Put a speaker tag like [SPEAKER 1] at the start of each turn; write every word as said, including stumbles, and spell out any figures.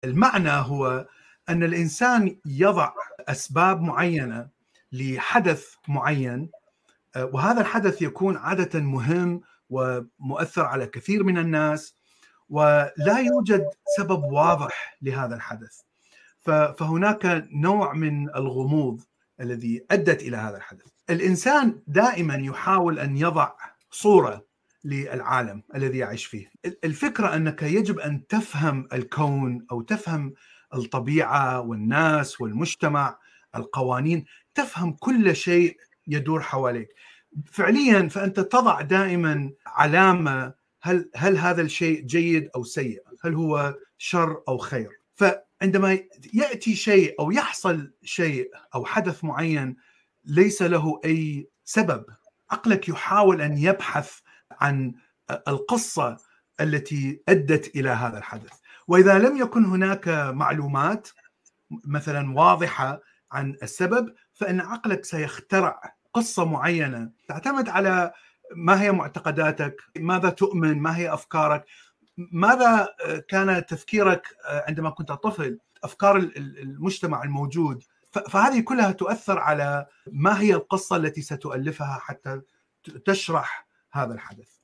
[SPEAKER 1] المعنى هو أن الإنسان يضع أسباب معينة لحدث معين، وهذا الحدث يكون عادة مهم ومؤثر على كثير من الناس، ولا يوجد سبب واضح لهذا الحدث، فهناك نوع من الغموض الذي أدت إلى هذا الحدث. الإنسان دائما يحاول أن يضع صورة للعالم الذي يعيش فيه. الفكرة أنك يجب أن تفهم الكون أو تفهم الطبيعة والناس والمجتمع، القوانين، تفهم كل شيء يدور حواليك. فعليا فأنت تضع دائما علامة، هل هل هذا الشيء جيد أو سيء، هل هو شر أو خير. فعندما يأتي شيء أو يحصل شيء أو حدث معين ليس له أي سبب، عقلك يحاول أن يبحث عن القصة التي أدت إلى هذا الحدث. وإذا لم يكن هناك معلومات مثلا واضحة عن السبب، فإن عقلك سيخترع قصة معينة تعتمد على ما هي معتقداتك، ماذا تؤمن، ما هي أفكارك، ماذا كان تفكيرك عندما كنت طفل، أفكار المجتمع الموجود. فهذه كلها تؤثر على ما هي القصة التي ستؤلفها حتى تشرح هذا الحدث.